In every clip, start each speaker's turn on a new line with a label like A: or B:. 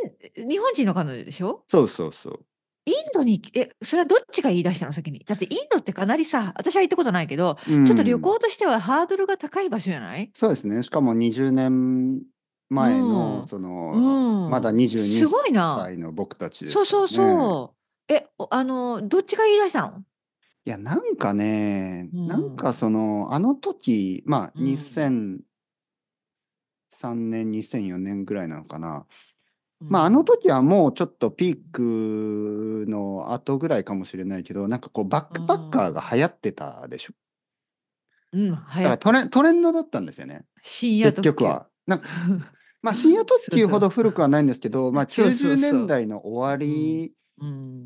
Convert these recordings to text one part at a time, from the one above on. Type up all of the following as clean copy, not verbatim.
A: 日本人の彼女でしょ？
B: そうそうそう。
A: インドに、それはどっちが言い出したの？先に。だってインドってかなりさ、私は行ったことないけど、
B: う
A: ちょっと旅
B: ん。
A: 行としてはハードルが高い場所じゃない？
B: そうですね。しかも20年
A: う
B: 前の、
A: ん。
B: まだ22
A: すごいな。
B: 歳の僕たちですから
A: そうそう
B: ね。
A: そう。どっちが言い出したの？
B: いや、なんかね、
A: う
B: なんか
A: ん。
B: あの時、まあ、
A: うん。
B: 2003年、2004年ぐらいなのかな。まあ、あの
A: うん。
B: 時はもうちょっとピークの後ぐらいかもしれないけど、なんかこう、バッ
A: う
B: クパッカーが
A: ん。
B: 流行ってたでしょ。
A: うん、流
B: だから
A: 行ってた。
B: トレンドだったんですよね。
A: 深夜
B: 結
A: 特急。
B: 局は。まあ、深夜特急ほ
A: そうそう。
B: ど古くはないんですけど、まあ、
A: そうそ
B: 90年
A: うそう。
B: 代の終わ
A: うん。
B: り、
A: うん。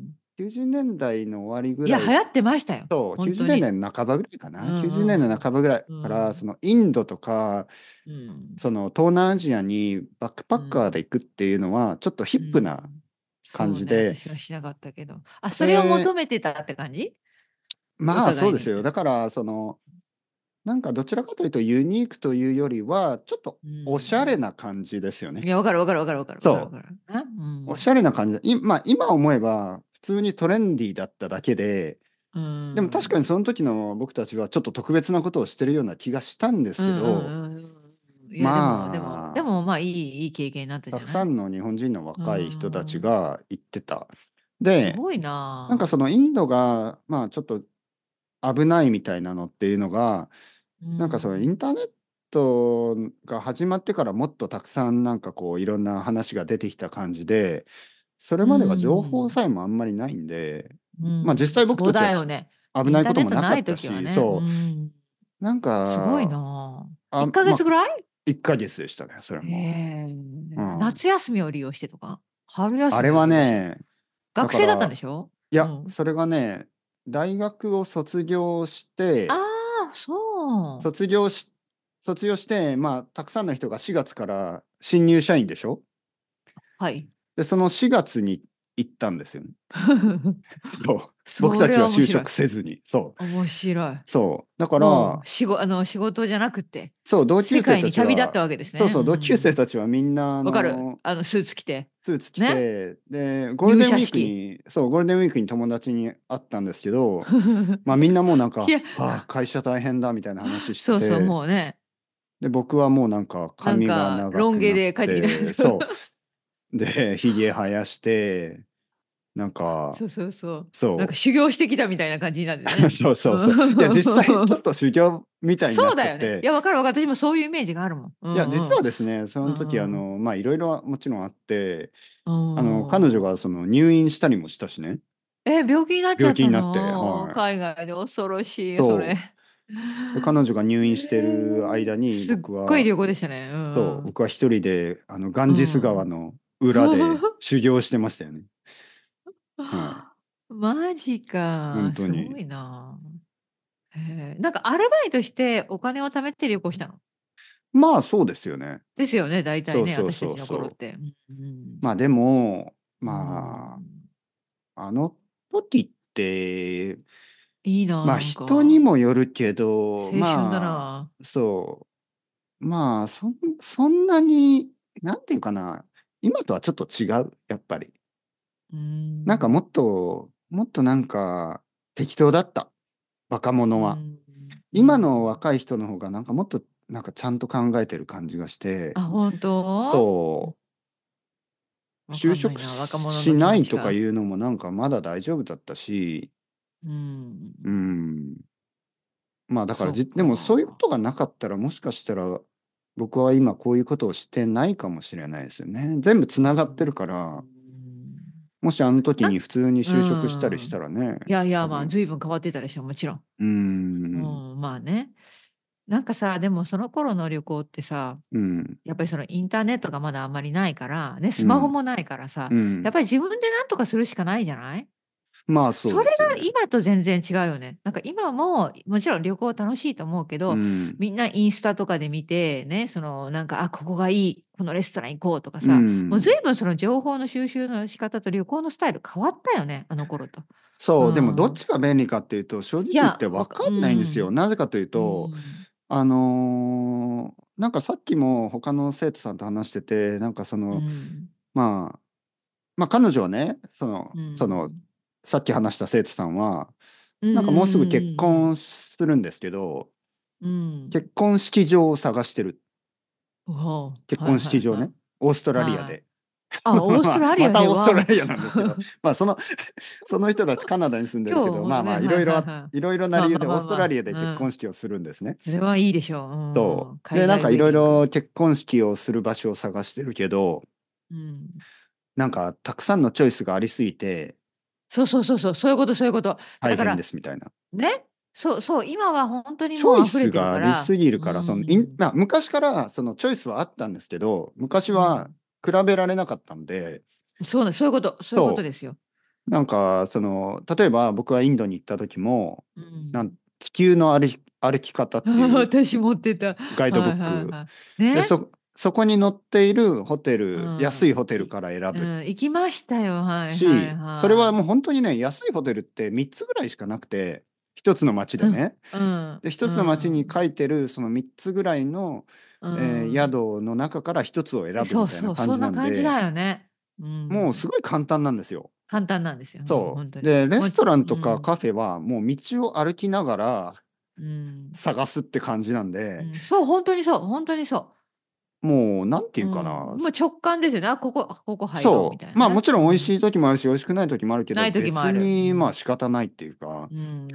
B: 90年代の終わりぐ
A: いや、
B: らい
A: 流行ってましたよ。
B: と、90
A: ほんとに。
B: 年代の半ばぐらいか
A: うん
B: な。90年代の
A: うん
B: 半ばぐらい
A: う
B: から、
A: ん。
B: インドとか、
A: うん。
B: 東南アジアにバックパッカー
A: うん。
B: で行くっていうのは、ちょっとヒ
A: う
B: ップな
A: ん。そうね、
B: 感じで、
A: 私はしなかったけど。あ、それを
B: で、
A: 求めてたって感じ？お
B: まあそう
A: 互いに。
B: ですよ。だから、なんかどちらかというとユニークというよりは、ちょっと
A: う
B: おしゃれ
A: ん。
B: な感じですよね。
A: いや、わかるわかるわかるわかるわかるわ
B: そ
A: かる。あ、う
B: う。お
A: ん。
B: しゃれな感じで、まあ今思えば普通にトレンディーだっただけで、
A: う
B: でも確かに
A: ん。
B: その時の僕たちはちょっと特別なことをしてるような気がしたんです
A: うんう
B: けど、
A: んうんうん。いや、で
B: まあ、
A: も、まあ、いい経験になった
B: たく
A: じゃない？
B: さんの日本人の
A: う
B: 若い人たち
A: ん。
B: が行ってた。で、
A: すごい
B: なんか
A: な。
B: インドが、まあちょっと危ないみたいなのっていうのが、
A: う
B: なんかイン
A: ん。
B: ターネットが始まってからもっとたくさんなんかこういろんな話が出てきた感じで、それ
A: う
B: までは情報
A: ん。
B: さえもあんまりないんで、まあ実
A: うん。
B: 際僕
A: そう
B: たちは
A: だよね。インター
B: 危ないこともなか
A: ネットない
B: ったし、
A: 時はね。う
B: そう、
A: ん。
B: なん
A: すごい
B: か、
A: な。1ヶ
B: まあ、
A: 月ぐらい？
B: 1ヶ月でしたね、それ
A: へ
B: も。
A: え。
B: うん。
A: 夏休みを利用してとか？春休みを
B: あれは
A: 利用して？
B: ね、だ
A: 学生だったん
B: から、
A: でしょ？
B: いや、
A: うん。
B: それがね、大学を卒業して、
A: ああ、そう。
B: 卒業し、卒業して、まあ、たくさんの人が4月から新入社員でしょ。
A: はい。
B: で、その4月に行ったんですよね。そう。僕
A: それ
B: たちは就
A: は面白い。
B: 職せずに。そう。
A: 面白い。
B: そう。だから、
A: もう、仕事じゃなくて、
B: そう、同級
A: 世
B: 生
A: 界に旅立っ
B: たちは、
A: たわけですね。
B: そうそう、同級
A: うん。
B: 生たちはみんな、
A: わかる。スーツ着て。
B: スーツ着
A: ね。
B: て、で、ゴール
A: 入
B: デンウィーク
A: 社式。
B: に、そう、ゴールデンウィークに友達に会ったんですけど、まあみんなもうなんか、
A: いや、
B: ああ、会社大変だみたいな話して
A: そうそう、
B: て、
A: もうね、
B: で、僕はもうなんか
A: なん
B: 髪が
A: か、ロン毛
B: 長くなっ
A: で帰ってきた。
B: て、そう。で、ひげ生やして、なんか、
A: そうそうそう。なんか
B: そ
A: 修行してきたみたいな感じになって
B: う。
A: ね。
B: そうそうそう。いや、実際ちょっ
A: うん。
B: と修行みたいになっ
A: そうだよね。い
B: ちゃって、
A: や、わかるわかる。私もそういうイメージがあるもん。う
B: いや、実
A: んうん。
B: はですね、そ
A: う
B: の時、
A: んうん。
B: まあ、いろいろもちろんあって、
A: う
B: 彼女
A: ん。
B: が入院したりもしたしね、
A: 病気になっちゃ
B: 病気
A: った
B: になって、
A: の？
B: はい。
A: 海外で恐ろしい、それ。
B: そう。で、彼女が入院してる間に、
A: すっごい
B: 僕は、
A: 旅行でしたね。
B: そう、僕は一人で、ガン
A: う
B: ジス川
A: ん。
B: の裏で修行してましたよね。はい。
A: マジか、
B: 本当に。
A: すごいな。へえ、なんかアルバイトしてお金を貯めて旅行したの？
B: まあ、そうですよね。
A: ですよね、大体ね、
B: そうそう
A: 私たちの頃
B: そうそう。
A: って。うんうん。
B: まあ、でも、
A: う
B: ま
A: ん。
B: あ、あの時って、
A: いいな、
B: まあ、
A: なん
B: 人に
A: か、
B: もよるけど、
A: 青春だ
B: ま
A: な。
B: あ、まあ、そんなに、なんていうかな、今とはちょっと違う、やっぱり。
A: うー
B: なんか
A: ん。
B: もっとなんか適当だった、若者は。
A: うん。う
B: 今の
A: ん。
B: 若い人の方がなんかもっとなんかちゃんと考えてる感じがして、
A: あ、本当？うん、
B: そう、
A: わ
B: 就職
A: かんないな、若者の気
B: しないとかい
A: 持ちが。
B: うのもなんかまだ大丈夫だったし、
A: う
B: う
A: ん。
B: ん。まあだから
A: そっ
B: でもそういうこ
A: か。
B: とがなかったらもしかしたら僕は今こういうことをしてないかもしれないですよね。全部つ
A: う
B: ながってるか
A: ん。
B: ら、
A: うん。
B: もしあの時
A: な
B: に普通に
A: う
B: 就職したりし
A: ん。
B: たらね、
A: いやいや、まあ、
B: 多分。
A: 随分変わってたでしょ、もちろん。
B: うーん、
A: まあね。なんかさ、でもその頃の旅行ってさ、
B: うん、
A: やっぱりそのインターネットがまだあんまりないから、ね、スマホ
B: うん、
A: もないからさ、
B: うん。
A: やっぱり自分でなんとかするしかないじゃない？
B: まあそう
A: それ
B: ですよね。
A: が今と全然違うよね。なんか今も、もちろん旅行楽しいと思うけど、
B: うん、
A: みんなインスタとかで見て、ね、なんか、あ、ここがいい、このレストラン行こうとか
B: う
A: さ、もう随
B: ん。
A: 分その情報の収集の仕方と旅行のスタイル変わったよね、あの頃と。う
B: そう、でもどっ
A: ん。
B: ちが便利かっていうと、正直
A: いや、
B: 言って分か
A: う
B: んないんですよ。
A: ん。
B: なぜかという
A: う
B: と、
A: ん。
B: なんかさっきも他の生徒さんと話してて、なんか
A: うん。
B: まあ、 彼女はね、
A: うん。
B: さっき話した生徒さんは、
A: うん
B: なんかもうすぐ結
A: うん
B: 婚するんですけど、
A: うんうん。うん。
B: 結婚式場を探してる。
A: おお、
B: 結婚
A: はいは
B: 式場ね。
A: いはい。
B: オーストラリア
A: はい。
B: で。
A: あ、オーストラリ
B: ま
A: アで
B: たオーストラ
A: は、
B: リアなんですけど、その人たちカナダに住んでるけど、
A: 今日ね、
B: い
A: はい
B: ろいろあ、
A: はいはい。
B: いろいろな
A: まあまあ
B: 理由でオーストラ
A: まあま
B: リアで結
A: あ、うん。
B: 婚式をするんですね。
A: それはいいでしょう。うん。
B: で、
A: 海外ウ
B: いろい
A: ェディング。
B: ろ結婚式をする場所を探してるけど、
A: うん。
B: たくさんのチョイスがありすぎて
A: そうそうそうそう、そういうことそういうこと。
B: 大変で
A: だから、
B: すみたいな。
A: ね、そうそう、今は本当に
B: チョイ
A: もう溢れてる
B: スがあり
A: から、
B: すぎる
A: う
B: から、
A: ん。
B: 昔からそのチョイスはあったんですけど、昔は
A: うん。
B: 比べられなかったんで、
A: そういうこと、そういうこと
B: そ
A: ですよ。
B: 例えば僕はインドに行った時も、
A: うん。
B: 地球の歩き方っていう
A: 私持ってた。
B: ガイドブ
A: はい
B: ック
A: はいはい。
B: で、
A: ね。
B: そこに載っている
A: う
B: 安いホ
A: ん。
B: テルから選ぶ
A: うん、行きましたよ。はいはい
B: それは
A: はい。
B: もう本当にね、安いホテルって3つぐらいしかなくて、一つの街で
A: うん、
B: ね。
A: うん、
B: で、一
A: う
B: つの街に
A: ん、
B: 書いてるその3つぐらいの、
A: うん。
B: 宿の中から一つを選ぶみたいな
A: そうそう、
B: 感じな
A: そんな感じ
B: んで、
A: だよね。う
B: もうす
A: ん。
B: ごい簡単なんですよ。
A: 簡単なんですよ。うん、
B: そ
A: 本当
B: う。
A: に。
B: で、レ
A: もう、
B: ストランとか
A: うん、
B: カフェはもう道を歩きながら
A: うん、
B: 探すって感じなんで、
A: うん、そう、本当にそう、本当にそ
B: もうなんてい
A: う。う
B: うか
A: ん、
B: な、
A: もう直感ですよね。あ、ここ入ろうみ
B: そう。も
A: たいなね。
B: ちろん美味し
A: うん。
B: い時もあるし、美味しくない時もあるけど、
A: ない時もある。う
B: 別に
A: ん。
B: 仕方ないっていうか、
A: うん、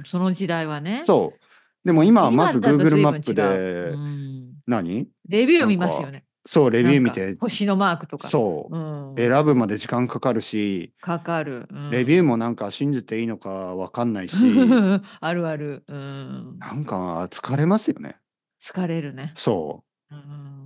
A: その時代はね。
B: そう。でも
A: うん、
B: 今はまず
A: 今だと
B: Google
A: 随
B: マップ
A: 分違う。う
B: で、
A: ん。
B: 何
A: レビュー
B: なんか、
A: 見ますよね。
B: そう、レ
A: なんか、
B: ビュー見て、
A: 星のマークとか。
B: そ
A: う
B: う、選
A: ん。
B: ぶまで時間かかるし、
A: かかる。う
B: レビューも
A: ん。
B: なんか信じていいのかわかんないし、
A: あるある。うん。
B: なんか疲れますよね。
A: 疲れるね。
B: そ
A: うん。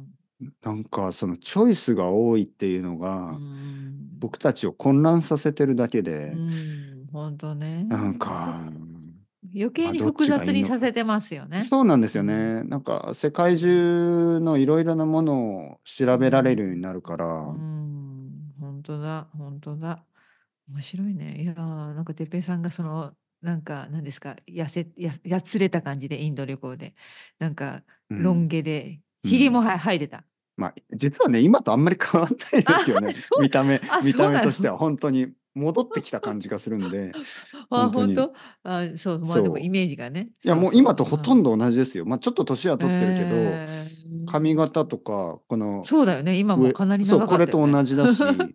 B: う。そのチョイスが多いっていうの
A: う
B: が、
A: ん。
B: 僕たちを混乱させてるだけ
A: う
B: で、
A: ん、ほんとね。
B: なんか、
A: 余計に
B: どっちが
A: 複雑に
B: いいのか。
A: させてますよね。
B: そうなんです
A: うん。
B: よね。世界
A: うん。
B: 中のいろいろなものを調べられ
A: うん。
B: るようになるか
A: う
B: ら、
A: ん、ほんとだ、ほんとだ。面白いね。いや、なんか哲平さんがその、なんか、なんですか、やつれた感じでインド旅行で、なんかロン
B: うん、
A: 毛で、
B: うん。
A: 髭も生えてた。
B: 実はね、今とあんまり変わんないですけどね。見た
A: そうなの？
B: 目としては本当に戻ってきた感じがするんで、
A: あ、
B: 本当に。
A: ほんと？あ、そう、まあ、でもイ
B: そう。
A: メージがね、
B: いや、
A: そう
B: もう今
A: そう。うん。
B: とほとんど同じですよ。ちょっと年は取ってるけど、髪型とか、この
A: そうだよね、今もかなり
B: そう、
A: 長
B: これ
A: かったよね。
B: と同じだし、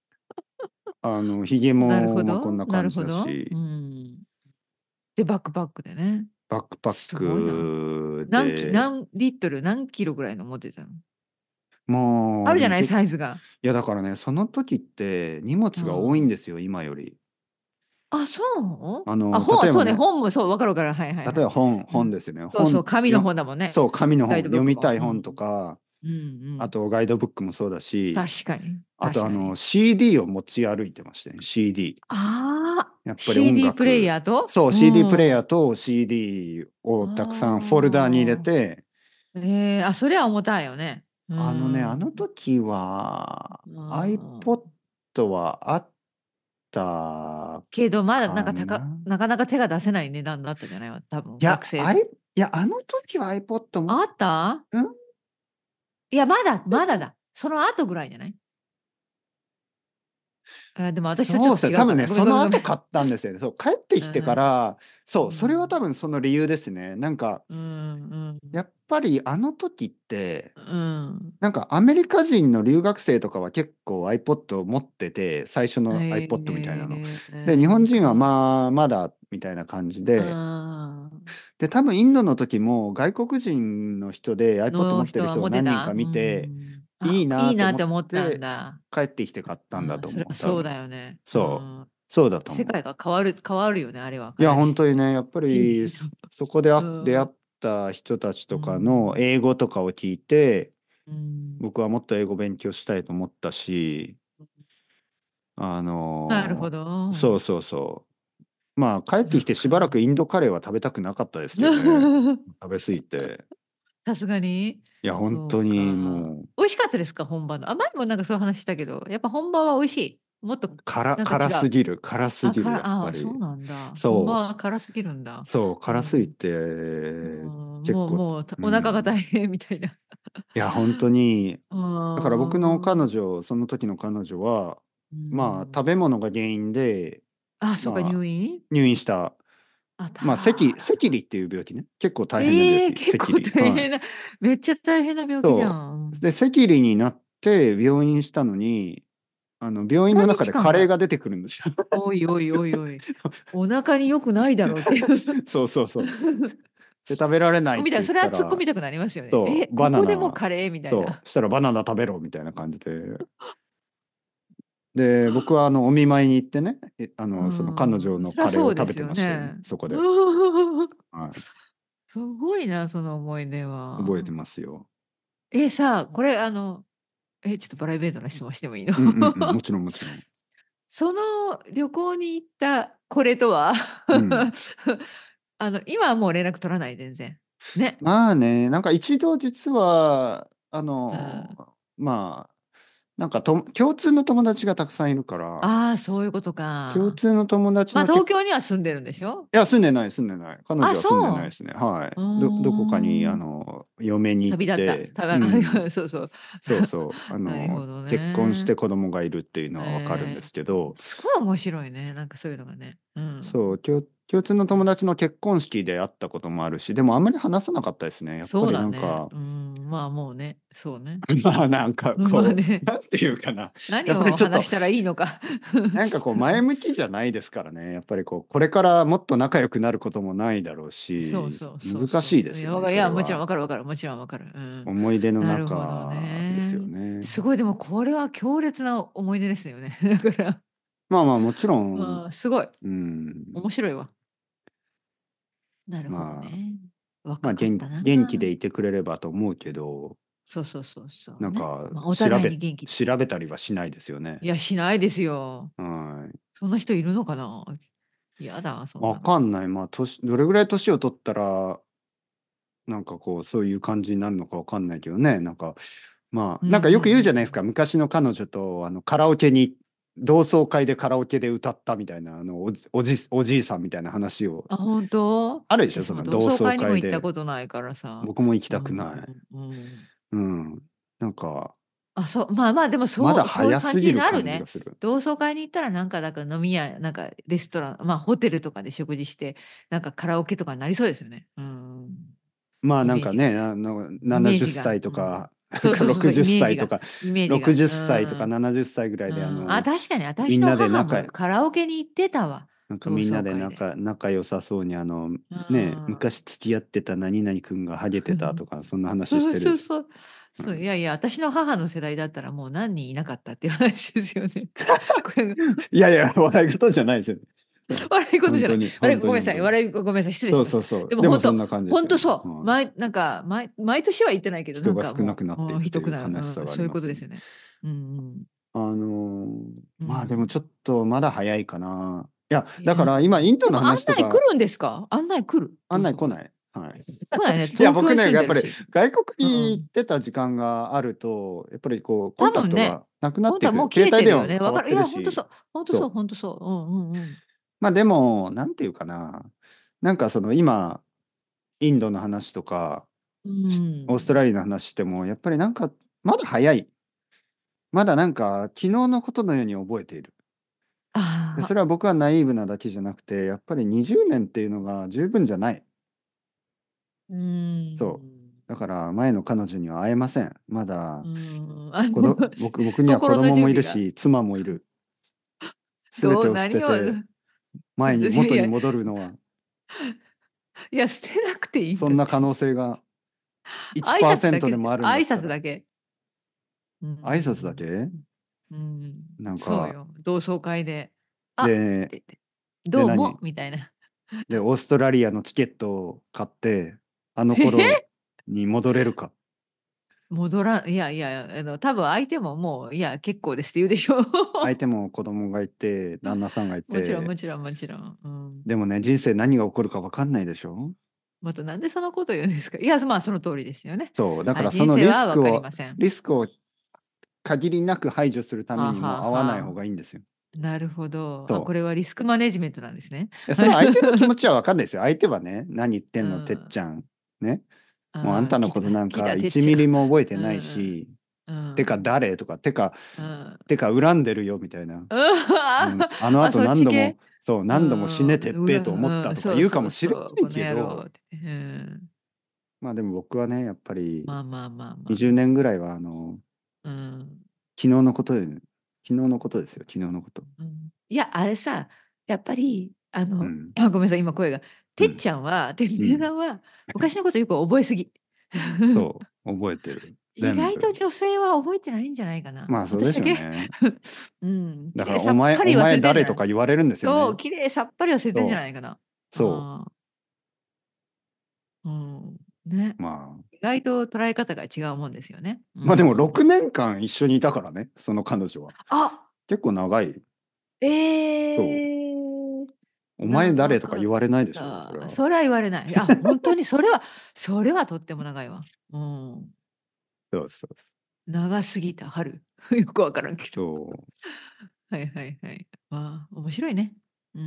B: ひげ
A: なる
B: も、こん
A: ほど、なる
B: な感じだ
A: ほど。う
B: し、
A: ん。で、バックパックでね。
B: バックパッ
A: すごいな。
B: クで、
A: 何リットル、何キロぐらいの持ってたの？
B: でも
A: あるじゃない、サイズが。
B: いやだからね、その時って荷物が多いん
A: うん。
B: ですよ、今より。
A: あ、そう？あ、本はそうね、
B: 例えばね、
A: 本もそう、わかるわかる。はいはいはい。
B: 例えば
A: うん。
B: 本ですよね。
A: そうそう、紙の本だもんね。
B: そう、紙の本、
A: ガイドブックも。
B: 読みたい本と
A: うん。
B: か、
A: うんうん。
B: あとガイドブックもそうだし、
A: 確かに、
B: あと
A: 確かに。
B: CD を持ち歩いてましたね、CD。
A: ああ、
B: やっぱり音
A: CD プレイ
B: 楽、
A: ヤーと？
B: そう、
A: う
B: CD プレイヤー
A: ん。
B: と CD をたくさんフォルダーに入れ
A: ああ。
B: て、
A: あ、それは重たいよね。う
B: あの
A: ん。
B: 時は
A: うん。
B: iPod はあった
A: けど、まだなんか
B: かな。
A: なかなか手が出せない値段だったじゃないわ、多分、
B: いや、
A: 学生。
B: あの時は iPod
A: あった？
B: ん
A: いや、まだだ。その後ぐらいじゃない？でも私とちょっ
B: そうですね。
A: と違うかな。
B: 多分ね、そ
A: ごめんごめんごめん。
B: の後買ったんですよね。そう、帰ってきてか
A: うん
B: ら、
A: う
B: そう、それは多
A: ん。
B: 分その理由ですね。
A: うんうん
B: やっぱりあの時って、
A: うん。
B: アメリカ人の留学生とかは結構 iPod を持ってて、最初の
A: へ
B: iPod みたいなの。
A: え。
B: で、日本人はまだみたいな感じ
A: う
B: で、
A: ん。
B: で、多分インドの時も外国人の人で iPod 持ってる人を
A: の人は持って
B: 何人か
A: た？う
B: 見て、
A: ん。
B: いい
A: あ、いいなって
B: なと思っ
A: 思ったん
B: て
A: だ。
B: 帰ってきて買った
A: うん、
B: んだと思う、多
A: そそう
B: 分。
A: だよね。う
B: そう。
A: ん。
B: そうだと思う。
A: 世界が変わるよね、あれは、
B: いや、
A: 帰り。
B: 本当にね、やっぱり
A: 人生の。
B: そこで
A: う
B: 出会っ
A: ん。
B: た人たち
A: う
B: とかの
A: ん。
B: 英語とかを聞いて、
A: うん。
B: 僕はもっと英語勉強したいと思ったし、
A: なるほど。
B: そうそうそう。帰ってきてし
A: そっか。
B: ばらくインドカレーは食べたくなかったですけどね。食べ過ぎて。
A: さすがに？
B: いや、本
A: そう
B: 当に
A: か。
B: もう、
A: 美味しかったですか？本場の。あ、前もなんかそういう話したけど、やっぱ本場は美味しい？もっとなんか違う？
B: 辛すぎる、やっぱ
A: そう
B: り。
A: なんだ。本場
B: そう、
A: は辛すぎるんだ。
B: そう、辛すぎ
A: うん。う
B: て、
A: ん、
B: 結構、う
A: お腹が大
B: ん。
A: 変みたいな。
B: いや、本当に、
A: う
B: だから僕の
A: ーん。
B: 彼女、その時の彼女は、
A: うー
B: 食べ
A: ん。
B: 物が原因で、
A: あ、そうか、
B: まあ、
A: 入院？
B: 入院した、
A: あ、あらら。
B: 赤痢っていう病気ね。結構大変な病
A: ええ、
B: 気、
A: 結構
B: 赤痢。はい。
A: 大変な、めっちゃ大変な病気じゃ
B: そ
A: ん。う
B: う。
A: ん。
B: で、赤痢になって病院したのに、病院の
A: 何
B: 中で
A: 日間か。
B: カレーが出てくるんですよ。
A: おいおいおいおい、お腹に良くないだろうっていう。
B: そうそうそう。で、食べられないって言っ
A: 突っ込みたい、それは
B: たら、
A: 突っ込みたくなりますよね。え、
B: そう、バ
A: ここでも
B: ナナ、
A: カレーみたいな。
B: そう、したらバナナ食べろみたいな感じで。で、僕はお見舞いに行ってね、
A: う
B: その彼女
A: ーん、
B: の
A: そりゃ
B: カレーを食べ
A: そうですよ
B: てましたよ、
A: ね。
B: そこで。はい。
A: すごいな、その思い出
B: 覚えて
A: は。
B: ますよ。
A: え、さあ、これちょっとプライベートな質問してもいいの？
B: うんうんうん、もちろんもちろん。
A: その旅行に行ったこれとは、
B: うん。
A: 今はもう連絡取らない、全然。ね。
B: まあね、なんか一度実は、
A: うん。
B: まあ、なんか共通の友達がたくさんいるから、
A: ああ、そういうこと
B: 共
A: か。
B: 通の友達
A: ま、
B: の
A: 東京には住んでるんでしょ？
B: いや、住んでない住んでない。彼
A: あ、
B: 女は住んでない
A: そう。
B: ですね。は
A: う
B: い。どこかに
A: ーん。
B: 嫁に行っ
A: 旅立った。
B: て、うん、
A: そうそう。
B: そうそう、
A: なるほど
B: 結婚して
A: ね。
B: 子供がいるっていうのはわかるんで
A: ええ、
B: すけど、
A: すごい面白いね、なんかそういうのがね。うん。
B: そう、共通の友達の結婚式で会ったこともあるし、でもあんまり話さなかったですね。やっぱ
A: そう
B: り
A: だね。
B: なんか、
A: うん、まあ、もうね、そうね。
B: なんか
A: うん、まあ
B: こう、
A: ね、
B: なんていうかな、や
A: 何
B: っぱりちょっと
A: を話したらいいのか。
B: なんかこう前向きじゃないですからね。やっぱりこう、これからもっと仲良くなることもないだろうし、
A: そうそうそう
B: 難しい
A: そう。
B: ですよね、
A: いや、もちろん
B: それは。
A: 分かる分かる、もちろん分かる。うん。
B: 思い出の
A: なるほど
B: 中ですよ
A: ね。
B: ね。
A: すごいでもこれは強烈な思い出ですよね。だから、
B: もちろん、
A: すごい、
B: うん、
A: 面白いわ。なるほど
B: まあ、
A: ね。若かったな。
B: 元気でいてくれればと思うけど、
A: そうそうそうそうね。
B: なんか
A: まあ、お互いに元気で。
B: 調べたりはしないですよね。
A: いや、しないですよ。
B: はい。
A: そんな人いるのかな？やだ、そん
B: わ
A: なの。
B: かんない。どれぐらい年を取ったら、なんかこう、そういう感じになるのかわかんないけどね。
A: うんうんう
B: なんかよく言うじゃないですか。
A: んうん。
B: 昔の彼女と、カラオケに、同窓会でカラオケで歌ったみたいな、おじいさんみたいな話を、
A: あ、本当？
B: あるでしょ、そ
A: 私も
B: の同窓
A: 同窓会にも
B: 会で。
A: 行ったことないからさ。
B: 僕も行きたく
A: うん、
B: ない。
A: うん。
B: うん。なんか、
A: あ、そう、まあまあ、でも
B: まだ
A: そういう
B: 早すぎ
A: 感じに
B: る感じが
A: なるね。
B: する。
A: 同窓会に行ったらなんかだから飲み屋、なんかレストラン、まあ、ホテルとかで食事して、なんかカラオケとかになりそうですよね。うん。イ
B: なんかね、
A: メージがね。イメー
B: 70
A: ジが。
B: 歳と
A: うん。
B: か、なんか
A: そうそうそうそう、
B: 60
A: イメージが
B: 歳とか、
A: イメージが。
B: 60
A: う
B: 歳とか
A: ん。
B: 70歳ぐらいで、
A: うん。あ、確かに
B: みんなで
A: 私の母もカラオケに行ってたわ。同
B: みんなで
A: 窓会で。
B: 仲良さそうに
A: う
B: ね、
A: ん。
B: 昔付き合ってた何々くんがハゲてたとか、そんな話し
A: そう
B: てる。
A: そうそう。そう、い
B: うん。
A: やいや、私の母の世代だったらもう何人いなかったっていう話ですよね。これ
B: いやいや、笑い事じゃないですよ。そう。
A: 笑い事じゃない。ごめんなさい、
B: 本当に。
A: ごめんなさい、失礼
B: そう
A: しました。
B: そうそう。でもそん
A: でも
B: な感じですよね。
A: ほんとそう。
B: はい。
A: なんか、毎年は行ってないけど、なん
B: 人が
A: かも
B: 少なくなっ
A: う、うん、
B: ていくという
A: ひどくなる。
B: 悲しさ
A: うん、そういう
B: がありますよね。
A: ことですよね。うんうん。う
B: でも
A: ん。
B: ちょっとまだ早いかな。いや、
A: いや、
B: だから今インドの
A: でも案
B: 話とか
A: 内来るんですか？案内来る？
B: 案
A: 同窓会。
B: 内来ない。はい。
A: 来ないね、
B: いや、僕ね、
A: 東京に住ん
B: やっぱり
A: でるし。
B: 外国に行っ
A: うん。
B: てた時間があると、やっぱりこうコンタク
A: 多分ね、
B: トがなくなっていく。
A: ほんとはもう切
B: 携帯電話
A: れてるよね。
B: も変わっ
A: いや、ほんとそ
B: てるし、
A: う。ほんとそう
B: そう。
A: ほんとそう。うんうんうん。
B: でも、なんていうかな、なんかその今、インドの話とか、
A: う
B: オース
A: ん。
B: トラリアの話しても、やっぱりなんか、まだ早い。まだなんか、昨日のことのように覚えている。で、そ
A: ああ、
B: れは僕はナイーブなだけじゃなくて、やっぱり20年っていうのが十分じゃない。
A: うー
B: そう。
A: ん。
B: だから前の彼女には会えません。まだ、
A: うーん。
B: 僕には子
A: 心の
B: 供
A: 準備が。
B: もいるし、妻もいる。すべてを捨て
A: 何を、
B: て、
A: いやいや、
B: 元に戻るのは、
A: いや、捨てなくていいん
B: そんな可
A: だって。
B: 能性が
A: 挨拶だ
B: 1%
A: けですよ。
B: でもあるんだ
A: 挨
B: ったら、
A: 拶だけ。うー
B: 挨拶だ
A: ん。
B: け
A: うん。
B: なんか、
A: そうよ、同窓会で、「あ」って
B: で、
A: 言って、「どうも」
B: 何
A: みたいな。
B: で、オーストラリアのチケットを買って、あの頃
A: え？
B: に戻れるか。
A: いやいや、多分相手ももう、「いや、結構です」って言うでしょう。
B: 相手も子供がいて、旦那さんがい
A: もちろん
B: て、
A: もちろんもちろん。うん。
B: でもね、人生何が起こるか分かんないでしょ。
A: またなんでそのこと言うんですか？いや、まあ、その通りですよね。
B: そう、だか
A: はい、
B: らその
A: 人生は分かりません。
B: リスクを限りなく排除するためにもう
A: はあはあ
B: 会わない方
A: はあ。
B: がいいんですよ。
A: なるほど。あ、こ
B: そう。
A: れはリスクマネジメントなんですね。
B: それは相手の気持ちは分かんないですよ。相手はね、何言って
A: う
B: んの、てっ
A: ん。
B: ちゃん。ね。もうあん
A: ああ、
B: たのことなんか
A: 来たてっちゃん。
B: 1ミリも覚えて
A: うん
B: ない
A: うん。
B: し、
A: う
B: てか誰とか、てか、
A: うん。
B: 恨んでるよみたいな。
A: うん。
B: あの
A: あ、
B: 後
A: そっち系？う
B: 何度も死ねてっぺーと思っ
A: うん、
B: たとか
A: そうそう
B: 言うかもしれ
A: そう、
B: ない
A: この
B: けど、
A: 野郎って。うん。
B: まあでも僕はね、やっぱり
A: まあまあまあまあ
B: 20
A: まあ。
B: 年ぐらいは
A: うん。
B: 昨日のことで、昨日のことですよ、昨日のこと。
A: うん。いや、あれさ、やっぱり、
B: うん、
A: あ、ごめんなさい、今声が。てっ
B: うん、
A: ちゃんは、てっぺ
B: うん。
A: いさんは、昔のことよく覚えすぎ。
B: そう、覚えてる。
A: 意
B: 全部。
A: 外と女性は覚えてないんじゃないかな。
B: まあそうで
A: 私だけ？
B: しょうね。
A: うん、
B: だ
A: 綺麗
B: からお
A: さっぱり忘
B: 前誰と
A: れてんじゃない？
B: か言われるんですよ
A: そう、
B: ね。
A: 綺麗さっぱり忘れてんじゃ
B: そ
A: ないかな。
B: う、そ
A: ああ、うん、ね。
B: う。まあ。
A: 意外と捉え方が違うもんですよね。う
B: まあでも
A: ん。
B: 6年間一緒にいたからね、その彼女は。
A: あ、
B: 結構長い。そう。
A: ええ、
B: お前誰とか
A: 長かっ
B: 言われないでしょ、それ
A: た。
B: は。
A: それは言われない。あ、本当にそれはとっても長いわ。うん。
B: そうそう
A: 長すぎた春。よくわからんけど。
B: そう。
A: はいはいはい。ああ、面白いね。うん、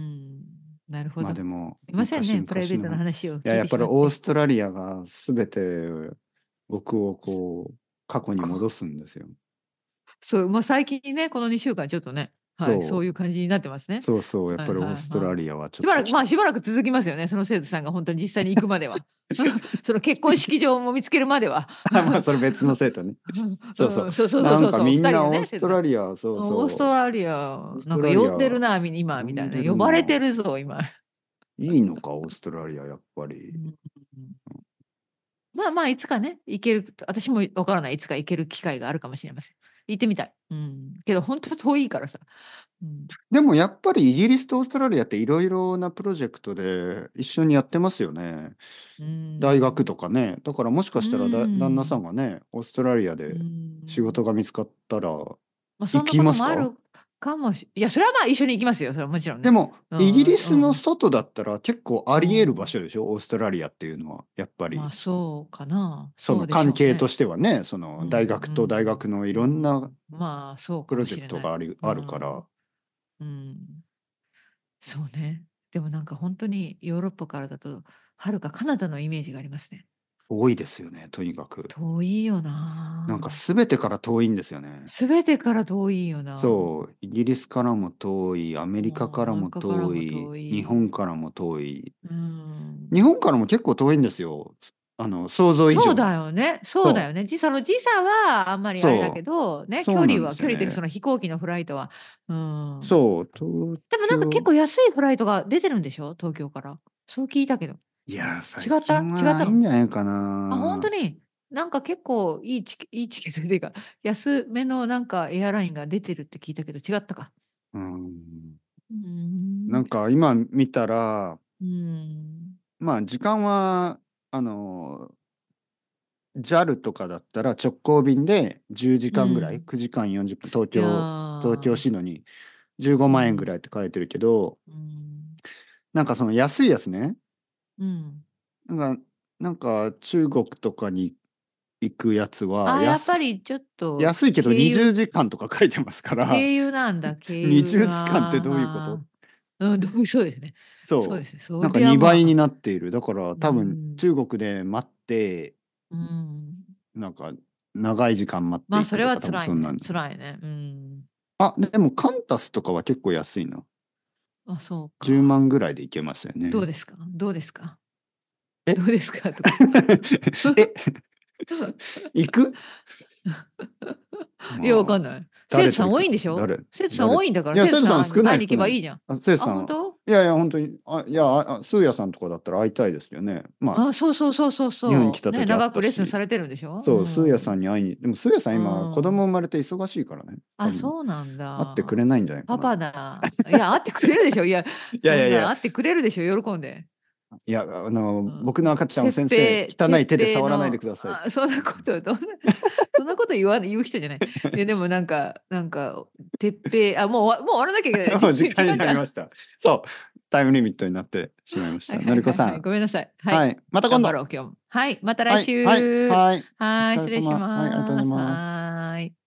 A: なるほど。す
B: まあでも、
A: いませんね、プライベートな
B: 昔の話。いや、
A: 話を聞い
B: やっぱりオー
A: てしまって。
B: ストラリアが全て僕をこう、過去に戻すんですよ。
A: そう、ま、最近ね、この2週間ちょっとね、はい、そういう
B: そう。
A: 感じになってますね。
B: そうそう。やっ
A: はい
B: ぱりオーストラ
A: はいはい。
B: リアはちょっ
A: しばらく、まあ、
B: と
A: しばらく続きますよね、その生徒さんがほんとに実際に行くまでは。その結婚式場も見つけるまでは。
B: まあそれ別の生徒ね。そうそう。
A: うん、そうそうそう
B: なんか
A: そうそう、
B: みんな
A: 2人のね、
B: オースト
A: 生徒さん。
B: ラリア、そう
A: オースト
B: そう。
A: ラリア、
B: オース
A: なんか
B: トラリア
A: 呼んでるな、今みたいな、
B: 呼んでる
A: 呼ばれて
B: な。
A: るぞ、今。
B: いいのか、オーストラリア、やっぱり。
A: うん、うん。まあまあ、いつかね、行ける私もわからない、いつか行ける機会があるかもしれません。行ってみたい。うん。けどほんと遠いからさ。うん。
B: でもやっぱりイギリスとオーストラリアっていろいろなプロジェクトで一緒にやってますよね。
A: うー
B: 大学と
A: ん。
B: かね。だからもしか
A: うー
B: したら旦那さん
A: ん。
B: がね、オーストラリア
A: うー
B: で仕
A: ん。
B: 事が見つかったら
A: ま、そ
B: 行
A: んなこと
B: きますか？
A: もあるかもいや、それは、まあ、一緒に行きますよ、それはもちろんね。
B: でも、
A: うん、
B: イギリスの
A: うん、
B: 外だったら結構あ
A: う
B: り得る場
A: ん。
B: 所でしょ、オーストラリアっていうのは、やっぱ
A: まあ、
B: り。
A: そうかな。
B: その
A: そうでし
B: 関係と
A: ょうね。
B: してはね、
A: うん、
B: 大学
A: う
B: と大
A: ん、
B: 学のい
A: うん。
B: ろんな
A: まあ、そうか
B: プロジェ
A: もしれない。
B: クトが
A: う
B: あるから、
A: ん、うん。そうね。でもなんかほんとにヨーロッパからだと、はるかカナダのイメージがありますね。
B: 多いですよね、とにかく。
A: 遠いよ
B: なんか
A: な。
B: 全てから遠いんですよね。
A: 全てから遠いよな。
B: そう、イギリスからも遠い、アメリカ
A: もう、
B: からも
A: アメリカからも
B: 遠い、
A: 遠い。
B: 日本からも遠い。
A: うーん。
B: 日本からも結構遠いんですよ。想像以
A: そう
B: 上に。
A: だよねそうだ
B: そう、
A: よね。時差はあんまりあれだけ
B: そう、
A: ど、ね、
B: そうなんです
A: 距離っていうか
B: よね。
A: その飛行機のフライトは、うーん。
B: そう、東
A: でもなんか結
B: 京、
A: 構安いフライトが出てるんでしょ？東京から。そう聞いたけど。
B: いや、最
A: 違った？
B: 近は
A: 違ったの？
B: ないんじゃないか
A: あ、ほんと
B: な。
A: に。なんか結構いいチケットっていうか、安めのなんかエアラインが出てるって聞いたけど違ったか。
B: うん。
A: うーん。
B: なんか今見たら、
A: うーん。
B: まあ時間は、あの、JAL とかだったら直行便で10時間ぐらい、
A: うん。
B: 9時間40分、
A: いや、
B: 東京シドニー15万円ぐ
A: うん。
B: らいって書いてるけど、
A: うん。
B: なんかその安いやつね、
A: うん。
B: なんか、中国とかに行くやつは
A: あ、やっぱりちょっと
B: 安いけど20時間とか書いてますから、
A: 経由なんだ、経由。
B: 20時間ってどういうこと？
A: ああ、うん、そうですね。そう
B: そう。
A: ですね。そ
B: なんか
A: りゃ、
B: 2倍に
A: まあ、
B: なっている。だから
A: う
B: 多分
A: ん、
B: 中国で待って、
A: うん。
B: なんか長い時間待って
A: まあ、
B: いくとか
A: それは
B: 多分そんなん。
A: 辛いね。うん。
B: あ、でもカンタスとかは結構安いな。
A: あ、そう
B: 10
A: か。
B: 万ぐらいで行けますよね。
A: どうですか？どうですか？ど
B: え
A: うですか？とか。
B: え、行く？
A: いや、わか
B: まあ、
A: んない。生徒さん多
B: 誰と行く？
A: いんでしょ？生徒さん
B: 誰？い
A: 多いんだから、
B: や、
A: 生徒
B: 生徒さん
A: さんに会いに行
B: 少ない少ない。
A: けばいいじゃん。
B: あ、生徒
A: あ、
B: さん。
A: 本当？
B: いやいや、本当に。スーヤさんとかだったら会いたいですよね。まあ、
A: あ、そうそうそうそう
B: 日本に来
A: そう。ね、
B: た時会っ
A: 長くレッスンさ
B: たし。
A: れてるんでしょ？う
B: そう、スーヤさん
A: ん。
B: に会いに。でも、スーヤさん
A: う
B: 今、子
A: ん。
B: 供生まれて忙しいからね。多
A: あ、
B: 分、
A: そうなん
B: 会ってく
A: だ。
B: れないんじゃないかな。
A: パパだ。いや、会ってくれるでしょ。いや、
B: いやい
A: そん
B: やいや、
A: な会ってくれるでしょ、喜んで。
B: いや、
A: うん。
B: 僕の赤ちゃんを先生、汚い手で触らないでください。
A: そんなことそんなこと言う人じゃない。いや、でもなんか、てっぺいあ、もう終わらなきゃいけない。
B: もう時間に
A: 時間じゃん。
B: なりました。そう、タイムリミットになってしまいまし
A: はい
B: た。の
A: はいはいはい。
B: りこさん。
A: ごめんなさい。はい。
B: はい、また今度。
A: 頑張ろう、今日も。はい、また来
B: はい、はい、
A: 週。
B: はい。お
A: はい、失礼し
B: 疲れ様。はい、ありがとうござい
A: ます。
B: ます。
A: はい。